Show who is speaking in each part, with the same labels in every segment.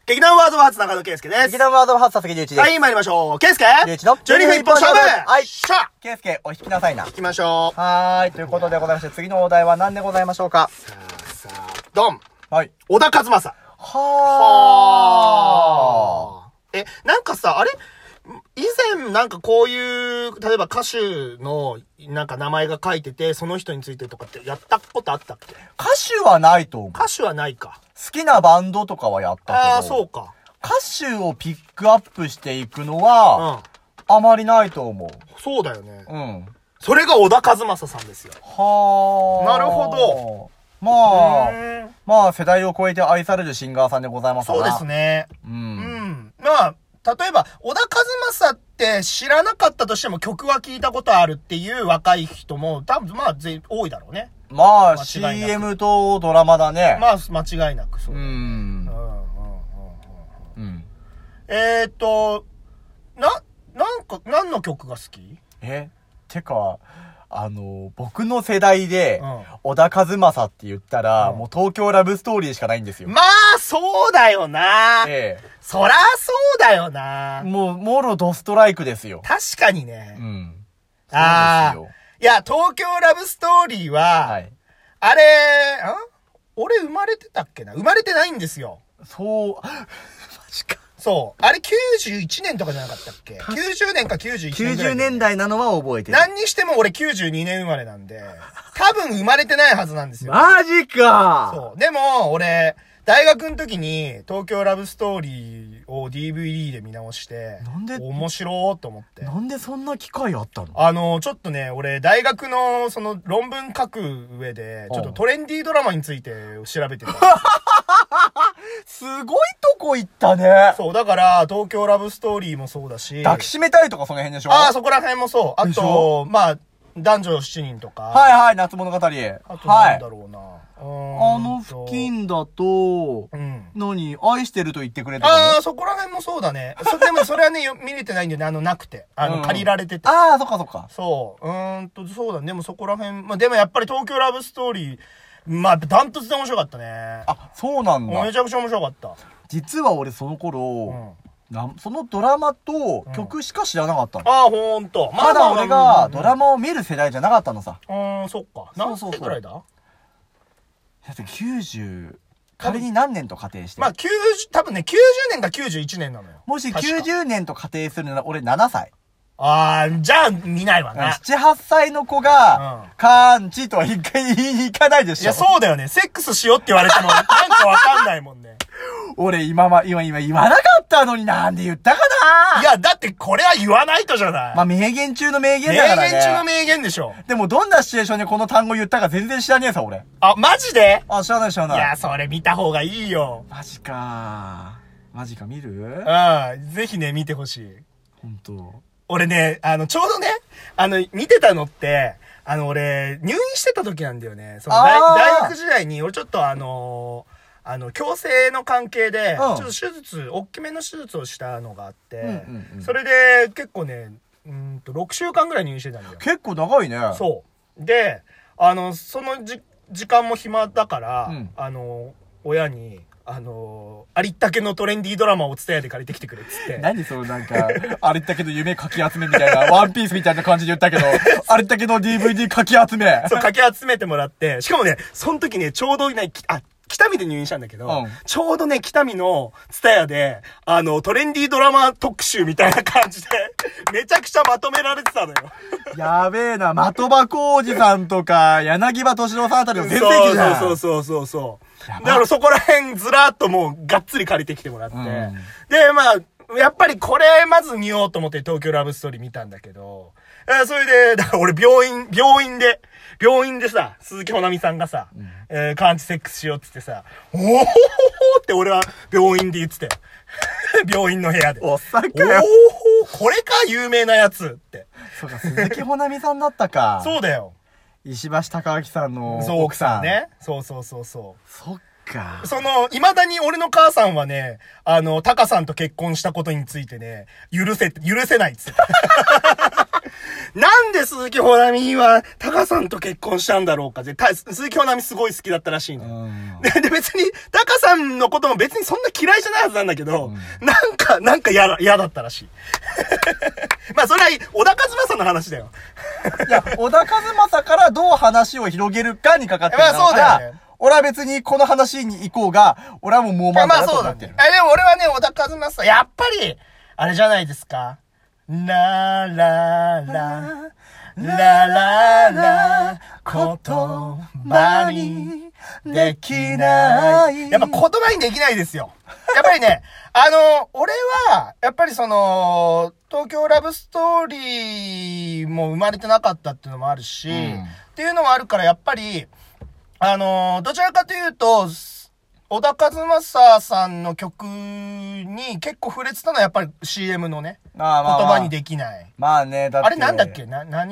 Speaker 1: 劇団ワードハーツ中野圭介です。
Speaker 2: 劇団ワードハーツ佐々木隆一です。
Speaker 1: はい、参りましょう。圭介
Speaker 2: 隆一の
Speaker 1: 12分一本勝負。
Speaker 2: はい。
Speaker 1: しゃ
Speaker 2: 圭介、お引きなさいな。
Speaker 1: 行きましょう。
Speaker 2: はーい。ということでございまして、次のお題は何でございましょうか。
Speaker 1: さあ、ドン。
Speaker 2: はい。
Speaker 1: 小田和正。
Speaker 2: は
Speaker 1: ー。なんかさ、あれ以前なんかこういう、例えば歌手のなんか名前が書いてて、その人についてとかってやったことあったっけ？
Speaker 2: 歌手はないと思う。
Speaker 1: 歌手はないか。
Speaker 2: 好きなバンドとかはやったけど。
Speaker 1: ああ、そうか。
Speaker 2: 歌手をピックアップしていくのは、あまりないと思う。
Speaker 1: そうだよね。
Speaker 2: うん。
Speaker 1: それが小田和正さんですよ。
Speaker 2: はあ。
Speaker 1: なるほど。
Speaker 2: まあ、世代を超えて愛されるシンガーさんでございますから。
Speaker 1: そうですね。
Speaker 2: うん。
Speaker 1: まあ、例えば、小田和正って知らなかったとしても曲は聞いたことあるっていう若い人も多分まあ多いだろうね。
Speaker 2: まあ、CM とドラマだね。
Speaker 1: まあ、間違いなくそう。なんか、何の曲が好き？
Speaker 2: てか、僕の世代で、小田和正って言ったら、もう東京ラブストーリーしかないんですよ。
Speaker 1: まあ、そうだよな。そらそうだよな。
Speaker 2: もう、もろドストライクですよ。
Speaker 1: 確かにね。
Speaker 2: うん。
Speaker 1: ああ。いや、東京ラブストーリーは、
Speaker 2: はい、
Speaker 1: あれ、俺生まれてたっけな？生まれてないんですよ。
Speaker 2: そう、マジか。
Speaker 1: そう。あれ91年とかじゃなかったっけ？ 90 年か91年ぐらい。
Speaker 2: 90年代なのは覚えてる。
Speaker 1: 何にしても俺92年生まれなんで、多分生まれてないはずなんですよ。
Speaker 2: マジか。
Speaker 1: そう。でも、俺、大学の時に東京ラブストーリーを DVD で見直して、なんで面白ーと思って。
Speaker 2: なんでそんな機会あったの？
Speaker 1: ちょっとね、俺、大学のその論文書く上で、ちょっとトレンディードラマについて調べてた。
Speaker 2: すごいとこ行ったね。
Speaker 1: そう、だから、東京ラブストーリーもそうだし。
Speaker 2: 抱きしめたいとかその辺でしょ？
Speaker 1: ああ、そこら辺もそう。あと、まあ、男女7人とか。
Speaker 2: はいはい、夏物語。あと
Speaker 1: なんだろうな。
Speaker 2: 付近だと、何愛してると言ってくれた
Speaker 1: ああ、そこら辺もそうだね。でもそれはね、見れてないんだよね。なくて。借りられてて。
Speaker 2: ああ、そっかそっか。
Speaker 1: そう。そうだね。でもそこら辺、まあでもやっぱり東京ラブストーリー、まあ、ダントツで面白かったね。
Speaker 2: あ、そうなんだ。
Speaker 1: めちゃくちゃ面白かった。
Speaker 2: 実は俺その頃、そのドラマと曲しか知らなかったの。
Speaker 1: ああ、ほんと。
Speaker 2: まだ俺がドラマを見る世代じゃなかったのさ。
Speaker 1: そっか。何歳くらいだ？
Speaker 2: だって90、仮に何年と仮定して。
Speaker 1: まあ、多分ね、90年か91年なのよ。
Speaker 2: もし90年と仮定するなら俺7歳。
Speaker 1: ああ、じゃあ見ないわな。
Speaker 2: 7、8歳の子が、カンチとは一回言いかないでしょ。
Speaker 1: いや、そうだよね。セックスしようって言われても、なんかわかんないもんね。
Speaker 2: 俺今言わなかったのになんで言ったかな。
Speaker 1: いや、だってこれは言わないとじゃない。
Speaker 2: まあ、名言中の名言だからね。
Speaker 1: 名言中の名言でしょ。
Speaker 2: でもどんなシチュエーションでこの単語言ったか全然知らねえさ、俺。
Speaker 1: あ、マジで？
Speaker 2: あ、知らない。
Speaker 1: いや、それ見た方がいいよ。
Speaker 2: マジか見る？
Speaker 1: ぜひね、見てほしい。
Speaker 2: ほんと。
Speaker 1: 俺ね、ちょうどね、見てたのって、俺、入院してた時なんだよね。その大学時代に、俺ちょっと矯正の関係で、ちょっと大きめの手術をしたのがあって、それで結構ね、6週間ぐらい入院してたんだよ。
Speaker 2: 結構長いね。
Speaker 1: そう。で、その時間も暇だから、親に、ありったけのトレンディードラマをツタヤで借りてきてくれっつって。
Speaker 2: 何そのなんか、ありったけの夢かき集めみたいな、ワンピースみたいな感じで言ったけど、ありったけの DVD かき集め。
Speaker 1: そう、かき集めてもらって、しかもね、その時ね、ちょうどね、北見で入院したんだけど、ちょうどね、北見のツタヤで、トレンディードラマ特集みたいな感じで、めちゃくちゃまとめられてたのよ。
Speaker 2: やべえな、的場浩二さんとか、柳葉敏郎さんあたりの全盛期じゃん。
Speaker 1: そう。だからそこら辺ずらーっともうがっつり借りてきてもらって。で、まあ、やっぱりこれまず見ようと思って東京ラブストーリー見たんだけど、それで、だから俺病院でさ、鈴木ほなみさんがさ、カンチセックスしようって言ってさ、おーほほほって俺は病院で言ってたよ。病院の部屋で。
Speaker 2: お酒
Speaker 1: おーほこれか有名なやつって。
Speaker 2: そうか、鈴木ほなみさんだったか。
Speaker 1: そうだよ。
Speaker 2: 石橋貴明さんの
Speaker 1: 奥さんね。そう。
Speaker 2: そっか。
Speaker 1: 未だに俺の母さんはね、タカさんと結婚したことについてね、許せないっつってた。 なんで鈴木保奈美はタカさんと結婚したんだろうか。鈴木保奈美すごい好きだったらしいの。で、別に、タカさんのことも別にそんな嫌いじゃないはずなんだけど、なんか嫌だったらしい。まあ、それは、小田和正の話だよ。
Speaker 2: いや、小田和正からどう話を広げるかにかかってるから。
Speaker 1: まあ、そうだよね。
Speaker 2: 俺は別にこの話に行こうが、俺はもう満足だと思ってる。
Speaker 1: まあそうだね。でも俺はね、小田和正、やっぱり、あれじゃないですか。ラララ、ラララ、言葉にできない。やっぱ言葉にできないですよ。やっぱりね、俺は、やっぱり東京ラブストーリーも生まれてなかったっていうのもあるし、っていうのもあるから、やっぱり、どちらかというと、小田和正さんの曲に結構触れてたのはやっぱり CM のね、言葉にできない。
Speaker 2: まあね、だって。
Speaker 1: あれなんだっけ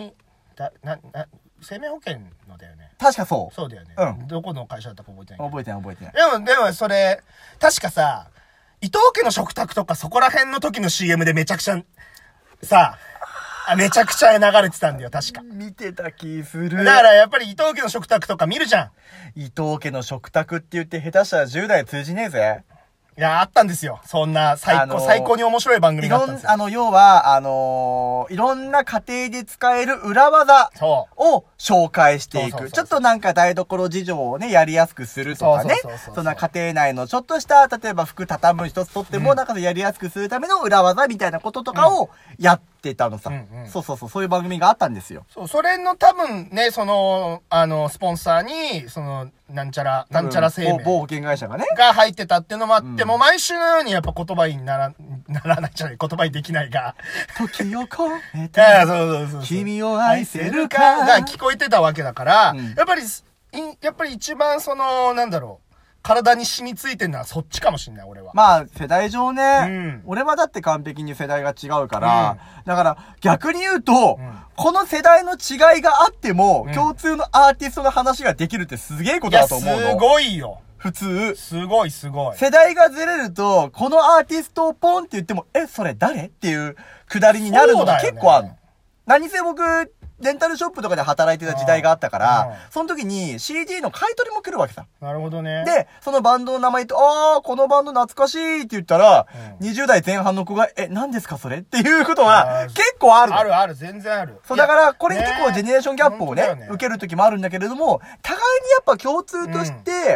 Speaker 1: 生命保険のだよね。
Speaker 2: 確かそう。
Speaker 1: そうだよね。どこの会社だったか覚えてない。
Speaker 2: 覚えてない。
Speaker 1: でもそれ、確かさ、伊藤家の食卓とかそこら辺の時の CM でめちゃくちゃ、さ、めちゃくちゃ流れてたんだよ、確か。
Speaker 2: 見てた気する。
Speaker 1: だからやっぱり伊藤家の食卓とか見るじゃ
Speaker 2: ん。伊藤家の食卓って言って下手したら10代通じねえぜ。
Speaker 1: いや、あったんですよ。そんな最高に面白い番組があったんですよ。
Speaker 2: 要は、いろんな家庭で使える裏技を紹介していく。ちょっとなんか台所事情をね、やりやすくするとかね。そんな家庭内のちょっとした、例えば服畳む一つとっても、なんかやりやすくするための裏技みたいなこととかをやってたのさ。そういう番組があったんですよ。
Speaker 1: そう、それの多分ね、スポンサーに、なんちゃら生命。
Speaker 2: 某保険会社がね。
Speaker 1: が入ってたっていうのもあって、もう毎週のようにやっぱ言葉にならないじゃない、言葉にできないが。
Speaker 2: 時を超えて。
Speaker 1: そう。
Speaker 2: 君を愛せるか。
Speaker 1: が聞こえてたわけだから、やっぱり一番なんだろう。体に染みついてるのはそっちかもしんない、俺は。
Speaker 2: まあ、世代上ね、俺はだって完璧に世代が違うから、だから逆に言うと、この世代の違いがあっても、共通のアーティストの話ができるってすげえことだと思うの。
Speaker 1: いや、すごいよ。
Speaker 2: 普通。
Speaker 1: すごい。
Speaker 2: 世代がずれると、このアーティストをポンって言っても、それ誰っていうくだりになるのが結構あるの。何せ僕、レンタルショップとかで働いてた時代があったから、その時に CD の買い取りも来るわけさ。
Speaker 1: なるほどね。
Speaker 2: で、そのバンドの名前と、このバンド懐かしいって言ったら、20代前半の子が、何ですかそれっていうことは結構ある。
Speaker 1: ある、全然ある。
Speaker 2: そう、だから、これ結構ジェネレーションギャップをね、受ける時もあるんだけれども、互いにやっぱ共通として、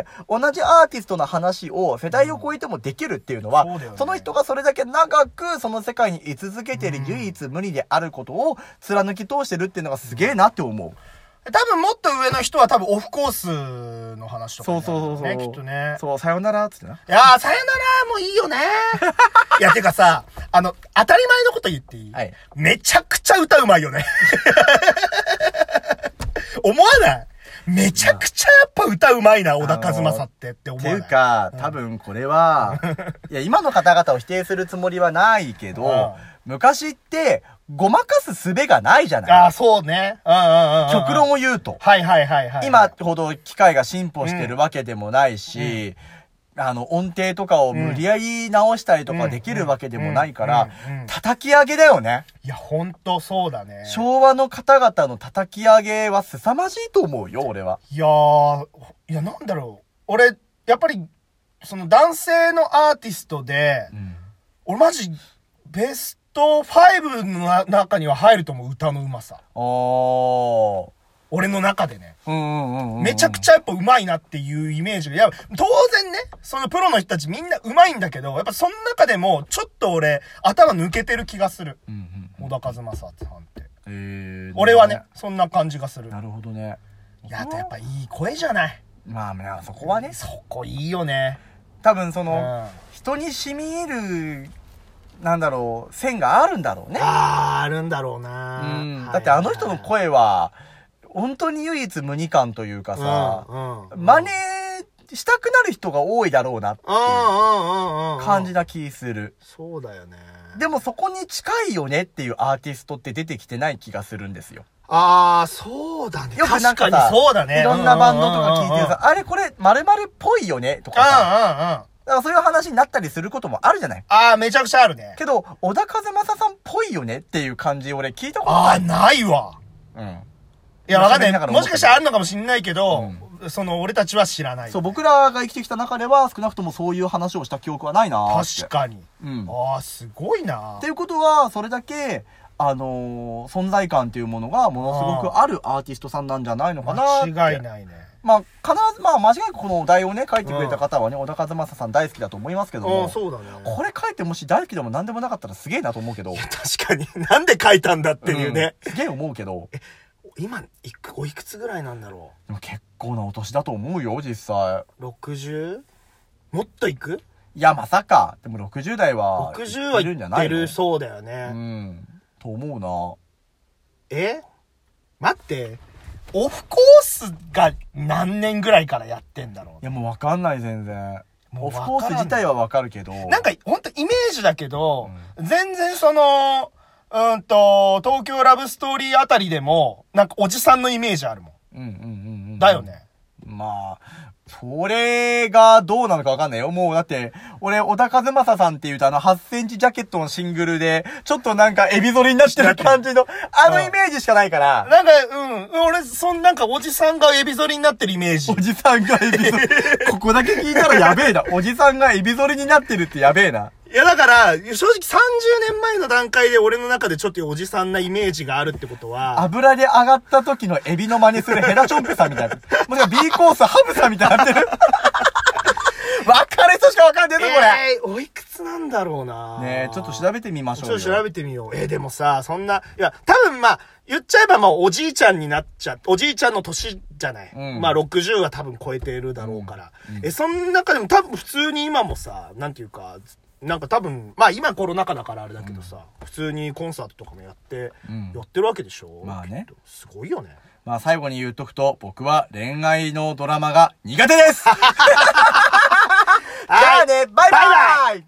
Speaker 2: 同じアーティストの話を世代を超えてもできるっていうのは、その人がそれだけ長くその世界に居続けている唯一無二であることを貫き通してるっていうのがすげえなって思う。
Speaker 1: 多分もっと上の人は多分オフコースの話とかね。
Speaker 2: そう。
Speaker 1: ね、きっとね。
Speaker 2: そう、さよならっつってな。
Speaker 1: いやー、さよならもいいよねいや、てかさ、当たり前のこと言っていい？はい。めちゃくちゃ歌うまいよね思わない？めちゃくちゃやっぱ歌うまいな、小田和正って思う。って
Speaker 2: いうか、多分これは、いや、今の方々を否定するつもりはないけど、昔って、ごまかす術がないじゃない。
Speaker 1: ああ、そうね。
Speaker 2: 極論を言うと。
Speaker 1: はい。
Speaker 2: 今ほど機械が進歩してるわけでもないし、音程とかを無理やり直したりとかできるわけでもないから、叩き上げだよね。
Speaker 1: いや、ほんとそうだね。
Speaker 2: 昭和の方々の叩き上げは凄まじいと思うよ、俺は。
Speaker 1: いや、なんだろう。俺、やっぱり、男性のアーティストで、俺マジ、ベスト5の中には入ると思う、歌のうまさ。俺の中でね。めちゃくちゃやっぱ上手いなっていうイメージが。いや、当然ね、そのプロの人たちみんな上手いんだけど、やっぱその中でも、ちょっと俺、頭抜けてる気がする。小田和正さんって。俺はね、そんな感じがする。
Speaker 2: なるほどね。
Speaker 1: いや、あとやっぱいい声じゃない。
Speaker 2: まあ、そこはね。
Speaker 1: そこいいよね。
Speaker 2: 多分人に染み入る、なんだろう、線があるんだろうね。
Speaker 1: あるんだろうな。
Speaker 2: だってあの人の声は、本当に唯一無二感というかさ、真似したくなる人が多いだろうなっていう感じな気する。
Speaker 1: そうだよね。
Speaker 2: でもそこに近いよねっていうアーティストって出てきてない気がするんですよ。
Speaker 1: そうだね。
Speaker 2: よくなんかさ、
Speaker 1: そうだね。
Speaker 2: いろんなバンドとか聞いてるさ、あれこれ〇〇っぽいよねとかさ、 だからそういう話になったりすることもあるじゃない。
Speaker 1: ああ、めちゃくちゃあるね。
Speaker 2: けど、小田和正さんっぽいよねっていう感じ俺聞いたことない。
Speaker 1: ああ、ないわ。
Speaker 2: うん。
Speaker 1: いや、わかんない。もしかしたらあるのかもしんないけど、その、俺たちは知らない、ね。
Speaker 2: そう、僕らが生きてきた中では、少なくともそういう話をした記憶はないなー。
Speaker 1: 確かに。
Speaker 2: うん。
Speaker 1: ああ、すごいな。
Speaker 2: っていうことは、それだけ、存在感っていうものがものすごくあるアーティストさんなんじゃないのかなって。
Speaker 1: 間違いないね。
Speaker 2: まあ、必ず、まあ、間違いなくこのお題をね、書いてくれた方はね、小田和正さん大好きだと思いますけども。
Speaker 1: そうだね。こ
Speaker 2: れ書いてもし大好きでも何でもなかったらすげえなと思うけど。
Speaker 1: 確かに。なんで書いたんだっていうね。
Speaker 2: すげえ思うけど。
Speaker 1: 今、おいくつぐらいなんだろ
Speaker 2: う。でも結構なお年だと思うよ、実際。
Speaker 1: 60? もっといく？
Speaker 2: いや、まさか。でも60代は。
Speaker 1: 60はいるんじゃないの？いるそうだよね。
Speaker 2: うん。と思うな。
Speaker 1: 待って。オフコースが何年ぐらいからやってんだろう。
Speaker 2: いや、もうわかんない、全然。オフコース自体はわかるけど。
Speaker 1: なんか、ほんとイメージだけど、全然その、東京ラブストーリーあたりでも、なんかおじさんのイメージあるもん。だよね。
Speaker 2: まあ、それがどうなのかわかんないよ。もうだって、俺、小田和正さんっていうと8センチジャケットのシングルで、ちょっとなんかエビ反りになってる感じの、イメージしかないから。
Speaker 1: なんか、俺、なんかおじさんがエビ反りになってるイメージ。
Speaker 2: おじさんがエビ反り。ここだけ聞いたらやべえな。おじさんがエビ反りになってるってやべえな。
Speaker 1: いやだから、正直30年前の段階で俺の中でちょっとおじさんなイメージがあるってことは。
Speaker 2: 油で上がった時のエビの真似するヘラチョンペさんみたいな。もう B コースハブさんみたいになってる。分かる人しか分かんねえぞ、こ
Speaker 1: れ。おいくつなんだろうな。
Speaker 2: ねえ、ちょっと調べてみましょうよ。
Speaker 1: ちょっと調べてみよう。でもさ、そんな、いや、多分まあ、言っちゃえばまあ、おじいちゃんになっちゃ、おじいちゃんの年じゃない。まあ、60は多分超えてるだろうから。その中でも多分普通に今もさ、なんていうか、なんか多分、まあ今コロナ禍だからあれだけどさ、普通にコンサートとかもやってるわけでしょ。
Speaker 2: まあね。
Speaker 1: すごいよね。
Speaker 2: まあ最後に言っとくと、僕は恋愛のドラマが苦手です。じゃあね、バイバイ。